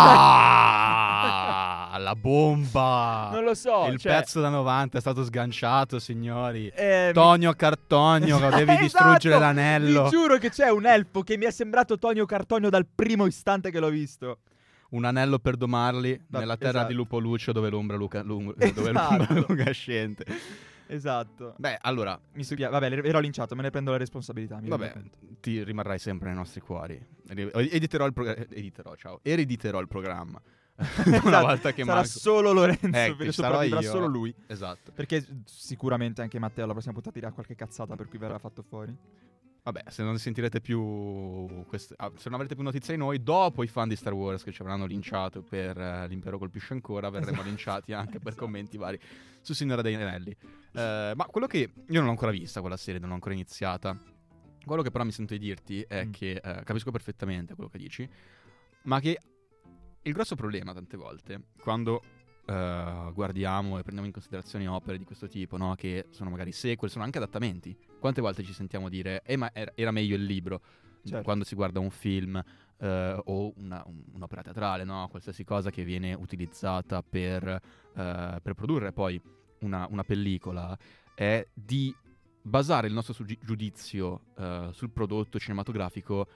Speaker 2: Ah, la bomba!
Speaker 1: Non lo so.
Speaker 2: Il
Speaker 1: cioè,
Speaker 2: pezzo da novanta è stato sganciato, signori.
Speaker 1: eh,
Speaker 2: Tonio Cartonio,
Speaker 1: mi-
Speaker 2: devi distruggere
Speaker 1: Esatto!
Speaker 2: l'anello.
Speaker 1: Vi giuro che c'è un elfo che mi è sembrato Tonio Cartonio dal primo istante che l'ho visto.
Speaker 2: Un anello per domarli
Speaker 1: Va-
Speaker 2: nella terra
Speaker 1: esatto.
Speaker 2: di Lupo Lucio dove l'ombra Luca, lung-
Speaker 1: Esatto.
Speaker 2: dove l'ombra lunga scende.
Speaker 1: Esatto.
Speaker 2: Beh, allora,
Speaker 1: Mi spiace. Vabbè, ero linciato, me ne prendo la responsabilità. Mi
Speaker 2: vabbè,
Speaker 1: rendo conto.
Speaker 2: ti rimarrai sempre nei nostri cuori. Edi- Editerò il programma. Editerò, ciao. Erediterò il programma. Una
Speaker 1: Esatto,
Speaker 2: volta che
Speaker 1: sarà
Speaker 2: manco.
Speaker 1: solo Lorenzo,
Speaker 2: Ecco,
Speaker 1: perché
Speaker 2: sarò
Speaker 1: sopravvivrà
Speaker 2: io.
Speaker 1: solo lui.
Speaker 2: Esatto.
Speaker 1: Perché s- sicuramente anche Matteo alla prossima puntata dirà qualche cazzata per cui verrà fatto fuori.
Speaker 2: Vabbè, se non sentirete più queste- ah, se non avrete più notizie di noi, dopo i fan di Star Wars che ci avranno linciato per eh, L'impero colpisce ancora, verremo
Speaker 1: Esatto.
Speaker 2: linciati anche per
Speaker 1: Esatto.
Speaker 2: commenti vari su Signora degli Anelli. Eh, ma quello che io non l'ho ancora vista quella serie, non l'ho ancora iniziata. Quello che però mi sento di dirti è
Speaker 1: Mm.
Speaker 2: che eh, capisco perfettamente quello che dici, ma che il grosso problema tante volte quando eh, guardiamo e prendiamo in considerazione opere di questo tipo, no? Che sono magari sequel, sono anche adattamenti. Quante volte ci sentiamo dire eh ma era, era meglio il libro,
Speaker 1: Certo.
Speaker 2: quando si guarda un film eh, o una- un- un'opera teatrale, no? Qualsiasi cosa che viene utilizzata per, eh, per produrre poi una, una pellicola, è di basare il nostro suggi- giudizio eh, sul prodotto cinematografico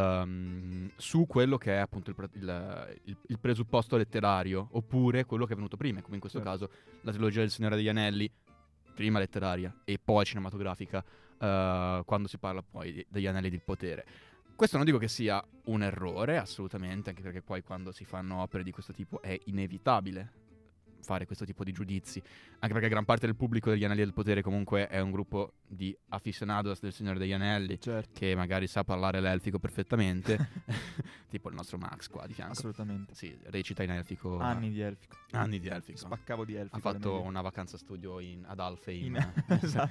Speaker 2: ehm, su quello che è appunto il, pre- il- il- il presupposto letterario, oppure quello che è venuto prima, come in questo
Speaker 1: Certo.
Speaker 2: caso la trilogia del Signore degli Anelli, prima letteraria e poi cinematografica, eh, quando si parla poi di- degli Anelli del Potere. Questo non dico che sia un errore, assolutamente, anche perché poi quando si fanno opere di questo tipo è inevitabile fare questo tipo di giudizi, anche perché gran parte del pubblico degli Anelli del Potere comunque è un gruppo di aficionados del Signore degli Anelli,
Speaker 1: Certo.
Speaker 2: che magari sa parlare l'elfico perfettamente, tipo il nostro Max qua di fianco.
Speaker 1: Assolutamente.
Speaker 2: Sì, recita in elfico.
Speaker 1: Anni di elfico.
Speaker 2: Anni di elfico.
Speaker 1: Spaccavo di elfico.
Speaker 2: Ha fatto
Speaker 1: alle medie.
Speaker 2: una vacanza studio in, ad Alfheim.
Speaker 1: In- esatto.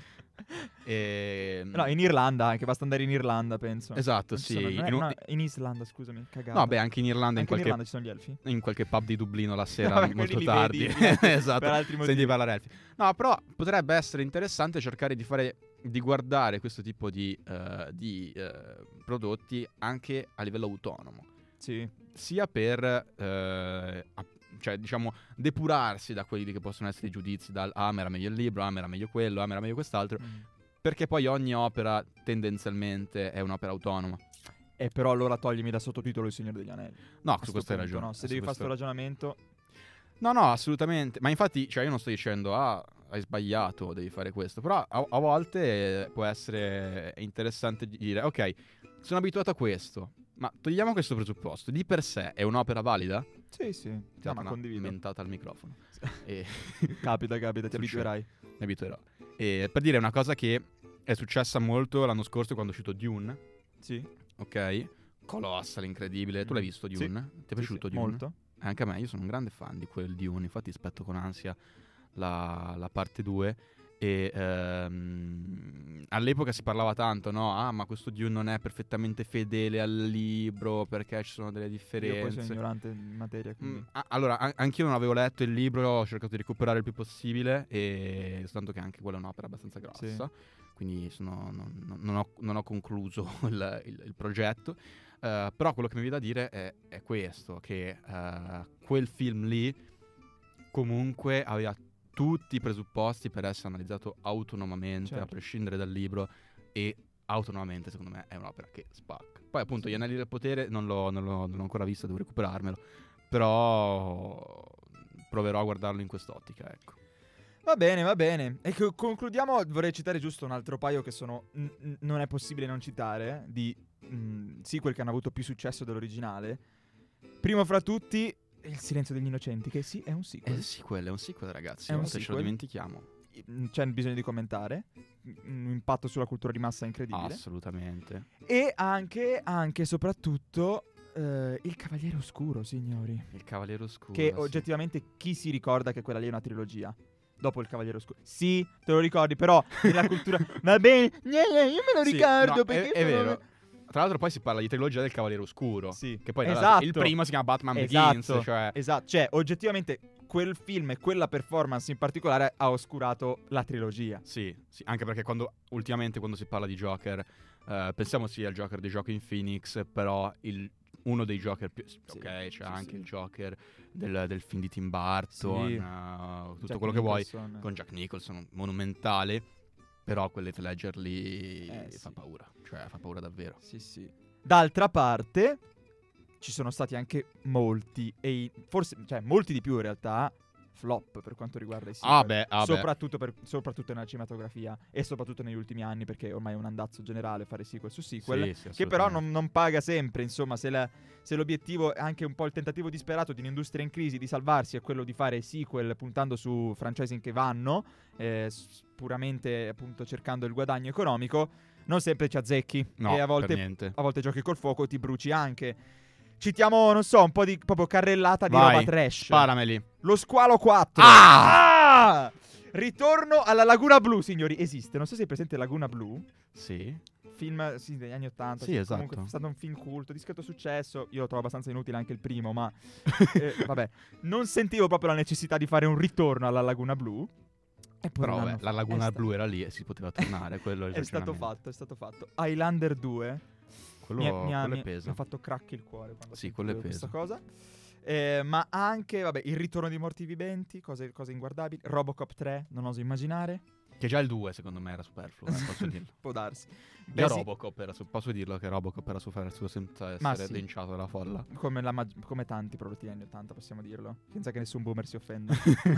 Speaker 2: E,
Speaker 1: No, in Irlanda anche, basta andare in Irlanda, penso.
Speaker 2: Esatto,
Speaker 1: Non ci
Speaker 2: sì.
Speaker 1: sono- non è-
Speaker 2: In un-
Speaker 1: no, in Islanda, scusami, cagata.
Speaker 2: No, beh, anche in Irlanda,
Speaker 1: Anche
Speaker 2: in,
Speaker 1: in
Speaker 2: qualche,
Speaker 1: Irlanda ci sono gli elfi?
Speaker 2: in qualche pub di Dublino la sera,
Speaker 1: Vabbè,
Speaker 2: molto
Speaker 1: quelli li
Speaker 2: tardi.
Speaker 1: vedi,
Speaker 2: Esatto,
Speaker 1: per altri motivi.
Speaker 2: senti parlare elfi. No, però potrebbe essere interessante cercare di fare, di guardare questo tipo di, eh, di eh, prodotti anche a livello autonomo.
Speaker 1: Sì.
Speaker 2: Sia per, eh, app- cioè, diciamo, depurarsi da quelli che possono essere i giudizi dal ah, ma era meglio il libro, ah, ma era meglio quello, ah, ma era meglio quest'altro,
Speaker 1: Mm.
Speaker 2: perché poi ogni opera tendenzialmente è un'opera autonoma.
Speaker 1: E però allora toglimi da sottotitolo Il Signore degli Anelli.
Speaker 2: No,
Speaker 1: A
Speaker 2: su
Speaker 1: sto
Speaker 2: questo hai
Speaker 1: punto,
Speaker 2: ragione.
Speaker 1: no? Se
Speaker 2: su
Speaker 1: devi fare
Speaker 2: questo-
Speaker 1: questo ragionamento...
Speaker 2: No, no, assolutamente. Ma infatti, cioè, io non sto dicendo, ah, hai sbagliato, devi fare questo. Però a, a volte eh, può essere interessante dire, ok, sono abituato a questo, ma togliamo questo presupposto. Di per sé è un'opera valida?
Speaker 1: Sì, sì. No,
Speaker 2: Ti ho
Speaker 1: ma
Speaker 2: una
Speaker 1: condivido.
Speaker 2: mentata al microfono. E
Speaker 1: Capita, capita, ti
Speaker 2: Succede.
Speaker 1: abituerai.
Speaker 2: mi abituerò. E per dire una cosa che è successa molto l'anno scorso quando è uscito Dune,
Speaker 1: Sì.
Speaker 2: ok? Colossal, incredibile. Tu l'hai visto
Speaker 1: Sì.
Speaker 2: Dune? Ti è
Speaker 1: Sì,
Speaker 2: piaciuto
Speaker 1: sì,
Speaker 2: Dune?
Speaker 1: molto.
Speaker 2: Anche a me, io sono un grande fan di quel Dune, infatti aspetto con ansia la, la parte due. E ehm, all'epoca si parlava tanto, no? Ah, ma questo Dune non è perfettamente fedele al libro perché ci sono delle
Speaker 1: Io poi sono
Speaker 2: differenze.
Speaker 1: ignorante in materia, quindi...
Speaker 2: Mm, a- allora, an- anch'io non avevo letto il libro, ho cercato di recuperare il più possibile, e soltanto che anche quella è un'opera abbastanza grossa, quindi sono- non, non- non ho, non ho concluso il, il- il progetto. Eh, però quello che mi viene da dire è, è questo, che eh, quel film lì comunque aveva tutti i presupposti per essere analizzato autonomamente,
Speaker 1: Certo.
Speaker 2: a prescindere dal libro, e autonomamente secondo me è un'opera che spacca. Poi appunto
Speaker 1: Sì.
Speaker 2: Gli Anelli del Potere non l'ho, non l'ho- non l'ho ancora visto, devo recuperarmelo, però proverò a guardarlo in quest'ottica, ecco.
Speaker 1: Va bene, va bene. E co- concludiamo, vorrei citare giusto un altro paio che sono... n- n- non è possibile non citare, di mm, sequel che hanno avuto più successo dell'originale. Primo fra tutti, Il Silenzio degli Innocenti, che sì, è un
Speaker 2: È
Speaker 1: sequel.
Speaker 2: un sequel, è un sequel ragazzi,
Speaker 1: È un
Speaker 2: a volte ce lo
Speaker 1: sequel.
Speaker 2: dimentichiamo.
Speaker 1: Mm, C'è bisogno di commentare. Un impatto sulla cultura di massa incredibile.
Speaker 2: Assolutamente.
Speaker 1: E anche, anche e soprattutto eh, Il Cavaliere Oscuro, signori.
Speaker 2: Il Cavaliere Oscuro.
Speaker 1: Che
Speaker 2: sì.
Speaker 1: oggettivamente chi si ricorda che quella lì è una trilogia? Dopo Il Cavaliere Oscuro. Sì, te lo ricordi, però nella cultura... Va bene, gne, gne, io me lo
Speaker 2: Sì,
Speaker 1: ricordo
Speaker 2: no,
Speaker 1: perché...
Speaker 2: è, è
Speaker 1: sono-
Speaker 2: vero. Tra l'altro poi si parla di trilogia del Cavaliere Oscuro.
Speaker 1: Sì.
Speaker 2: Che poi tra
Speaker 1: Esatto.
Speaker 2: l'altro, il primo si chiama Batman Begins.
Speaker 1: Esatto,
Speaker 2: Cioè...
Speaker 1: esatto. Cioè, oggettivamente quel film e quella performance in particolare ha oscurato la trilogia.
Speaker 2: Sì, sì, anche perché quando ultimamente quando si parla di Joker, eh, pensiamo sia al Joker di Joaquin Phoenix, però il, uno dei Joker più...
Speaker 1: Sì,
Speaker 2: ok, c'è
Speaker 1: sì,
Speaker 2: anche
Speaker 1: sì.
Speaker 2: il Joker del, del film di Tim Burton,
Speaker 1: Sì.
Speaker 2: eh, tutto
Speaker 1: Jack
Speaker 2: quello che vuoi,
Speaker 1: Nicholson.
Speaker 2: con Jack Nicholson, monumentale, però quell'Heath Ledger lì
Speaker 1: Eh,
Speaker 2: fa
Speaker 1: sì.
Speaker 2: paura, cioè fa paura davvero.
Speaker 1: Sì, sì. D'altra parte, ci sono stati anche molti, e i- forse, cioè, molti di più in realtà, flop per quanto riguarda i sequel.
Speaker 2: Ah beh, ah beh.
Speaker 1: soprattutto, per- soprattutto nella cinematografia e soprattutto negli ultimi anni, perché ormai è un andazzo generale fare sequel su sequel.
Speaker 2: Sì, sì,
Speaker 1: Che però
Speaker 2: assolutamente.
Speaker 1: non, non paga sempre, insomma, se, la- se l'obiettivo è anche un po' il tentativo disperato di un'industria in crisi di salvarsi è quello di fare sequel puntando su franchising che vanno, eh, s- puramente appunto cercando il guadagno economico, non sempre ci azzecchi
Speaker 2: No,
Speaker 1: e a volte,
Speaker 2: per niente.
Speaker 1: a volte giochi col fuoco, ti bruci anche. Citiamo, non so, un po' di proprio carrellata di
Speaker 2: Vai,
Speaker 1: roba trash.
Speaker 2: Sparameli.
Speaker 1: Lo Squalo quattro.
Speaker 2: Ah!
Speaker 1: Ah! Ritorno alla Laguna Blu, signori. Esiste, non so se è presente Laguna Blu.
Speaker 2: Sì.
Speaker 1: Film sì, degli anni ottanta.
Speaker 2: Sì, esatto.
Speaker 1: Comunque è stato un film culto, discreto successo. Io lo trovo abbastanza inutile anche il primo, ma eh, vabbè. Non sentivo proprio la necessità di fare un ritorno alla Laguna Blu. Eppure
Speaker 2: Però
Speaker 1: l'hanno
Speaker 2: vabbè, la
Speaker 1: fatto.
Speaker 2: Laguna
Speaker 1: È sta-
Speaker 2: Blu era lì e si poteva tornare, quello è il
Speaker 1: È stato
Speaker 2: ragionamento.
Speaker 1: fatto, è stato fatto. Highlander due.
Speaker 2: Quello,
Speaker 1: mi, ha- mi ha,
Speaker 2: quello
Speaker 1: mi-
Speaker 2: è peso.
Speaker 1: mi ha fatto crack il cuore quando
Speaker 2: Sì,
Speaker 1: ho
Speaker 2: quello è
Speaker 1: sentito questa
Speaker 2: peso.
Speaker 1: cosa. Eh, ma anche, vabbè, il ritorno dei morti viventi, cose, cose inguardabili. Robocop tre, non oso immaginare.
Speaker 2: Che già il due secondo me era superfluo, eh, posso dirlo.
Speaker 1: Può darsi.
Speaker 2: Già
Speaker 1: Beh, sì,
Speaker 2: Robocop era su- posso dirlo che Robocop era superfluo senza
Speaker 1: Ma
Speaker 2: essere
Speaker 1: sì.
Speaker 2: linciato dalla folla.
Speaker 1: come, la mag- come tanti prodotti degli anni ottanta, possiamo dirlo. Senza che nessun boomer si offenda.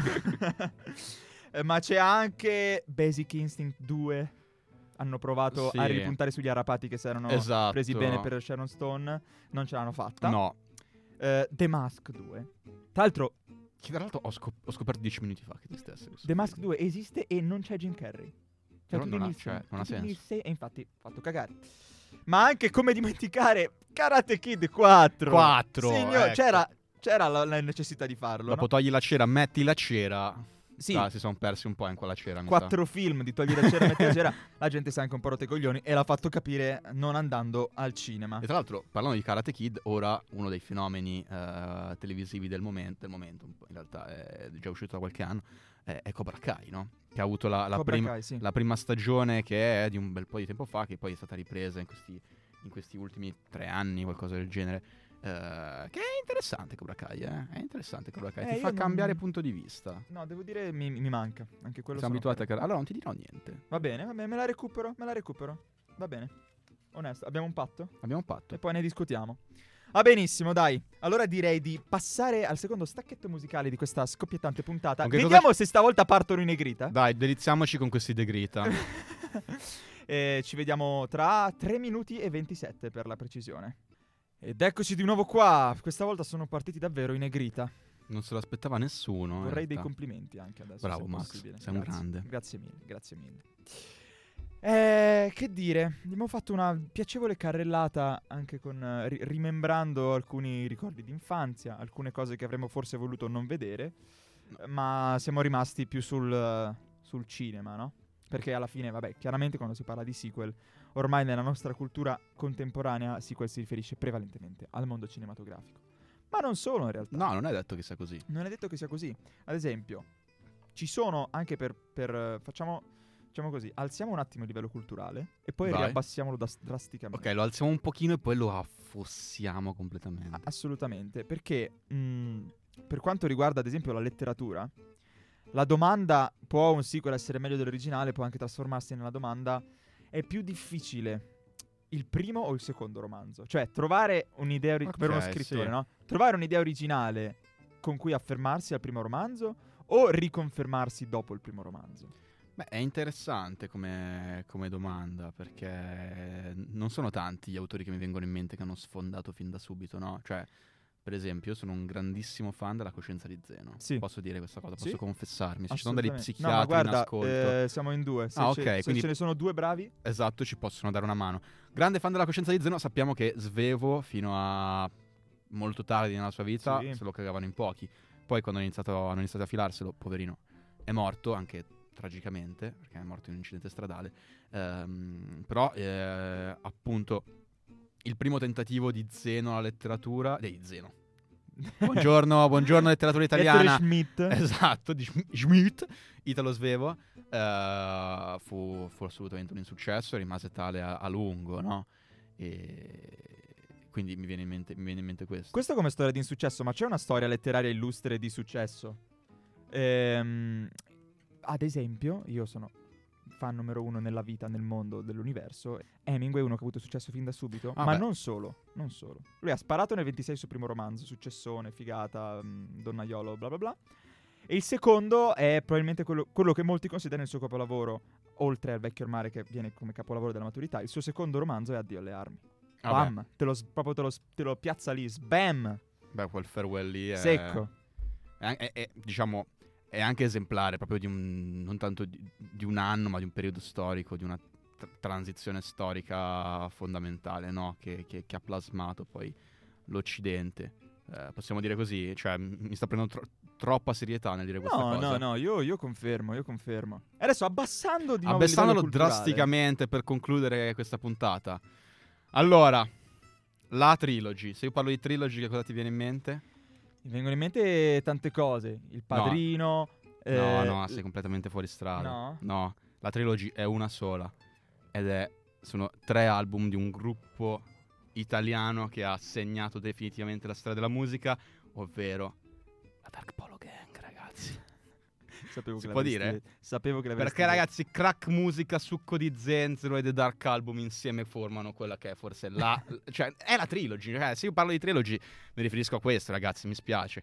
Speaker 1: Eh, ma c'è anche Basic Instinct due. Hanno provato a
Speaker 2: Sì.
Speaker 1: ripuntare sugli arrapati che si erano
Speaker 2: Esatto.
Speaker 1: presi bene per Sharon Stone. Non ce l'hanno fatta.
Speaker 2: No.
Speaker 1: Eh, The Mask due. Tra l'altro,
Speaker 2: Che tra l'altro ho, scop- ho scoperto dieci minuti fa che tristezza questo
Speaker 1: The
Speaker 2: film.
Speaker 1: Mask due esiste e non c'è Jim Carrey.
Speaker 2: Però
Speaker 1: tutti
Speaker 2: non ha-
Speaker 1: Nielsen,
Speaker 2: cioè, non ha
Speaker 1: tutti
Speaker 2: senso.
Speaker 1: Nielsen, e infatti fatto cagare. Ma anche come dimenticare Karate Kid quattro.
Speaker 2: quattro,
Speaker 1: Signor,
Speaker 2: ecco.
Speaker 1: c'era, c'era la, la necessità di farlo.
Speaker 2: Dopo
Speaker 1: no?
Speaker 2: togli la cera, metti la cera.
Speaker 1: Sì.
Speaker 2: Ah, si sono persi un po' in quella cera, mi
Speaker 1: Quattro film di togliere la cera e mettere la cera. La gente si è anche un po' rotte i coglioni e l'ha fatto capire non andando al cinema.
Speaker 2: sa. E tra l'altro, parlando di Karate Kid, ora uno dei fenomeni eh, televisivi del momento, del momento, un po', in realtà è già uscito da qualche anno, è, è Cobra Kai, no? Che ha avuto la, la
Speaker 1: Cobra
Speaker 2: prima,
Speaker 1: Kai, sì.
Speaker 2: la prima stagione che è di un bel po' di tempo fa, che poi è stata ripresa in questi, in questi ultimi tre anni, qualcosa del genere. eh, che è interessante Cobra Kai, eh? È interessante Cobra Kai,
Speaker 1: Eh,
Speaker 2: ti
Speaker 1: io
Speaker 2: fa
Speaker 1: non-
Speaker 2: cambiare punto di vista.
Speaker 1: No, devo dire mi, mi manca. Anche quello
Speaker 2: Siamo
Speaker 1: sono
Speaker 2: abituati a
Speaker 1: per-
Speaker 2: Car- Allora non ti dirò niente.
Speaker 1: Va bene, va bene, me la recupero, me la recupero. Va bene. Onesto, abbiamo un patto?
Speaker 2: Abbiamo fatto.
Speaker 1: E poi ne discutiamo. Va benissimo, dai. Allora direi di passare al secondo stacchetto musicale di questa scoppiettante puntata.
Speaker 2: Con che
Speaker 1: Vediamo
Speaker 2: cosa
Speaker 1: se stavolta partono in negrita.
Speaker 2: Dai, deliziamoci con questi De Grita.
Speaker 1: E ci vediamo tra tre minuti e ventisette per la precisione. Ed eccoci di nuovo qua. Questa volta sono partiti davvero in negrita.
Speaker 2: Non se lo aspettava nessuno. in
Speaker 1: Vorrei dei
Speaker 2: realtà.
Speaker 1: complimenti anche adesso.
Speaker 2: Bravo,
Speaker 1: se
Speaker 2: Max,
Speaker 1: possibile.
Speaker 2: sei un
Speaker 1: Grazie.
Speaker 2: grande.
Speaker 1: Grazie mille, grazie mille. Eh, che dire, abbiamo fatto una piacevole carrellata anche con eh, ri- rimembrando alcuni ricordi d'infanzia, alcune cose che avremmo forse voluto non vedere, eh, ma siamo rimasti più sul, eh, sul cinema, no? Perché alla fine, vabbè, chiaramente quando si parla di sequel, ormai nella nostra cultura contemporanea sequel si riferisce prevalentemente al mondo cinematografico. Ma non solo in realtà.
Speaker 2: No, non è detto che sia così.
Speaker 1: Non è detto che sia così. Ad esempio, ci sono anche per... per eh, facciamo, facciamo così, alziamo un attimo il livello culturale e poi
Speaker 2: Vai.
Speaker 1: riabbassiamolo das- drasticamente.
Speaker 2: Ok, lo alziamo un pochino e poi lo affossiamo completamente.
Speaker 1: A- assolutamente, perché mh, per quanto riguarda ad esempio la letteratura, la domanda può un sequel essere meglio dell'originale, può anche trasformarsi nella domanda è più difficile il primo o il secondo romanzo? Cioè, trovare un'idea ori- per uno
Speaker 2: Ok,
Speaker 1: scrittore,
Speaker 2: sì.
Speaker 1: no? Trovare un'idea originale con cui affermarsi al primo romanzo o riconfermarsi dopo il primo romanzo?
Speaker 2: Beh, è interessante come, come domanda, perché non sono tanti gli autori che mi vengono in mente che hanno sfondato fin da subito, no? Cioè, per esempio, io sono un grandissimo fan della Coscienza di Zeno.
Speaker 1: Sì.
Speaker 2: Posso dire questa cosa,
Speaker 1: Sì.
Speaker 2: posso confessarmi. Se ci sono degli
Speaker 1: Assolutamente.
Speaker 2: psichiatri
Speaker 1: no, ma guarda,
Speaker 2: in ascolto,
Speaker 1: eh, siamo in due. Se,
Speaker 2: Ah,
Speaker 1: ce-
Speaker 2: ok,
Speaker 1: se
Speaker 2: quindi-
Speaker 1: ce ne sono due bravi,
Speaker 2: esatto, ci possono dare una mano. Grande fan della Coscienza di Zeno, sappiamo che Svevo fino a molto tardi nella sua vita,
Speaker 1: Sì.
Speaker 2: se lo cagavano in pochi. Poi quando hanno iniziato, hanno iniziato a filarselo, poverino, è morto anche tragicamente, perché è morto in un incidente stradale. Ehm, però eh, appunto il primo tentativo di Zeno alla letteratura, di Zeno. Buongiorno, buongiorno letteratura italiana.
Speaker 1: Ettore Schmidt.
Speaker 2: Esatto, di Schm- Schmidt, Italo Svevo, eh, fu, fu assolutamente un insuccesso, rimase tale a, a lungo, no? E quindi mi viene in mente, mi viene in mente questo.
Speaker 1: Questo come storia di insuccesso, ma c'è una storia letteraria illustre di successo? Ehm, ad esempio, io sono fan numero uno nella vita, nel mondo, dell'universo. Hemingway, uno che ha avuto successo fin da subito.
Speaker 2: Ah,
Speaker 1: ma
Speaker 2: beh.
Speaker 1: non solo, non solo. Lui ha sparato nel ventisei il suo primo romanzo, successone, figata, mh, donnaiolo, bla bla bla. E il secondo è probabilmente quello, quello che molti considerano il suo capolavoro, oltre al Vecchio Mare che viene come capolavoro della maturità. Il suo secondo romanzo è Addio alle armi.
Speaker 2: Ah,
Speaker 1: Bam, te lo, s- proprio te lo, s- te lo piazza lì, sbam,
Speaker 2: beh, quel farewell lì è...
Speaker 1: secco.
Speaker 2: È, è- è, diciamo, è anche esemplare proprio di un, non tanto di, di un anno, ma di un periodo storico, di una tr- transizione storica fondamentale, no? Che, che- che ha plasmato poi l'Occidente. Eh, possiamo dire così? Cioè, m- mi sta prendendo tro- troppa serietà nel dire questa
Speaker 1: No,
Speaker 2: cosa.
Speaker 1: no, no, io, io confermo, io confermo. E adesso abbassando di nuovo il
Speaker 2: Abbassandolo
Speaker 1: livello culturale.
Speaker 2: drasticamente per concludere questa puntata. Allora, la trilogy. Se io parlo di trilogy, che cosa ti viene in mente?
Speaker 1: Mi vengono in mente tante cose. Il Padrino. eh,
Speaker 2: No, no,
Speaker 1: l-
Speaker 2: sei completamente fuori strada.
Speaker 1: No?
Speaker 2: No, la trilogy è una sola. Ed è sono tre album di un gruppo italiano che ha segnato definitivamente la storia della musica, ovvero la Dark Polo Gang, ragazzi.
Speaker 1: Sapevo
Speaker 2: Si
Speaker 1: che
Speaker 2: può
Speaker 1: l'avresti
Speaker 2: dire?
Speaker 1: detto. Sapevo che l'avresti
Speaker 2: Perché
Speaker 1: detto.
Speaker 2: ragazzi, Crack Musica, Succo di Zenzero e The Dark Album insieme formano quella che è forse la... cioè, è la trilogy. Cioè, se io parlo di trilogy mi riferisco a questo, ragazzi, mi spiace.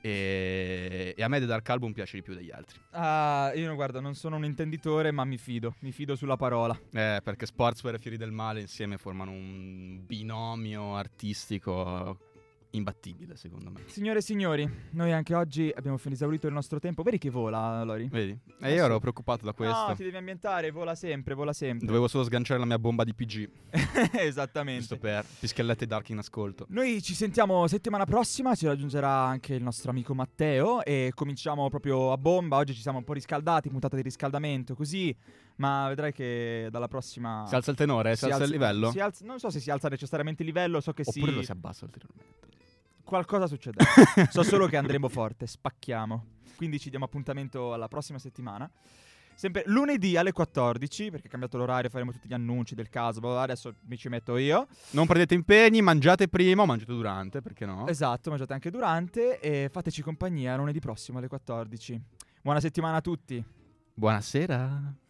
Speaker 2: E, e a me The Dark Album piace di più degli altri.
Speaker 1: Ah, io no, guarda, non sono un intenditore, ma mi fido. Mi fido sulla parola.
Speaker 2: Eh, perché Sportswear e Fiori del Male insieme formano un binomio artistico imbattibile, secondo me.
Speaker 1: Signore e signori, noi anche oggi abbiamo fin esaurito il nostro tempo. Vedi che vola, Lori?
Speaker 2: Vedi? E
Speaker 1: Adesso-
Speaker 2: io ero preoccupato da questo.
Speaker 1: No, ti devi ambientare, vola sempre, vola sempre.
Speaker 2: Dovevo solo sganciare la mia bomba di P G.
Speaker 1: Esattamente.
Speaker 2: Giusto per Pischellette Dark in ascolto.
Speaker 1: Noi ci sentiamo settimana prossima, ci raggiungerà anche il nostro amico Matteo e cominciamo proprio a bomba. Oggi ci siamo un po' riscaldati, puntata di riscaldamento così, ma vedrai che dalla prossima
Speaker 2: Si alza il tenore? Si, alza il livello?
Speaker 1: si alza- non so se si alza necessariamente il livello, so che
Speaker 2: Oppure
Speaker 1: si
Speaker 2: lo si abbassa ulteriormente?
Speaker 1: qualcosa succederà. So solo che andremo forte, spacchiamo. Quindi ci diamo appuntamento alla prossima settimana. Sempre lunedì alle quattordici, perché è cambiato l'orario, faremo tutti gli annunci del caso, bla bla bla, adesso mi ci metto io.
Speaker 2: Non prendete impegni, mangiate prima o mangiate durante, perché no?
Speaker 1: Esatto, mangiate anche durante e fateci compagnia lunedì prossimo alle quattordici. Buona settimana a tutti.
Speaker 2: Buonasera.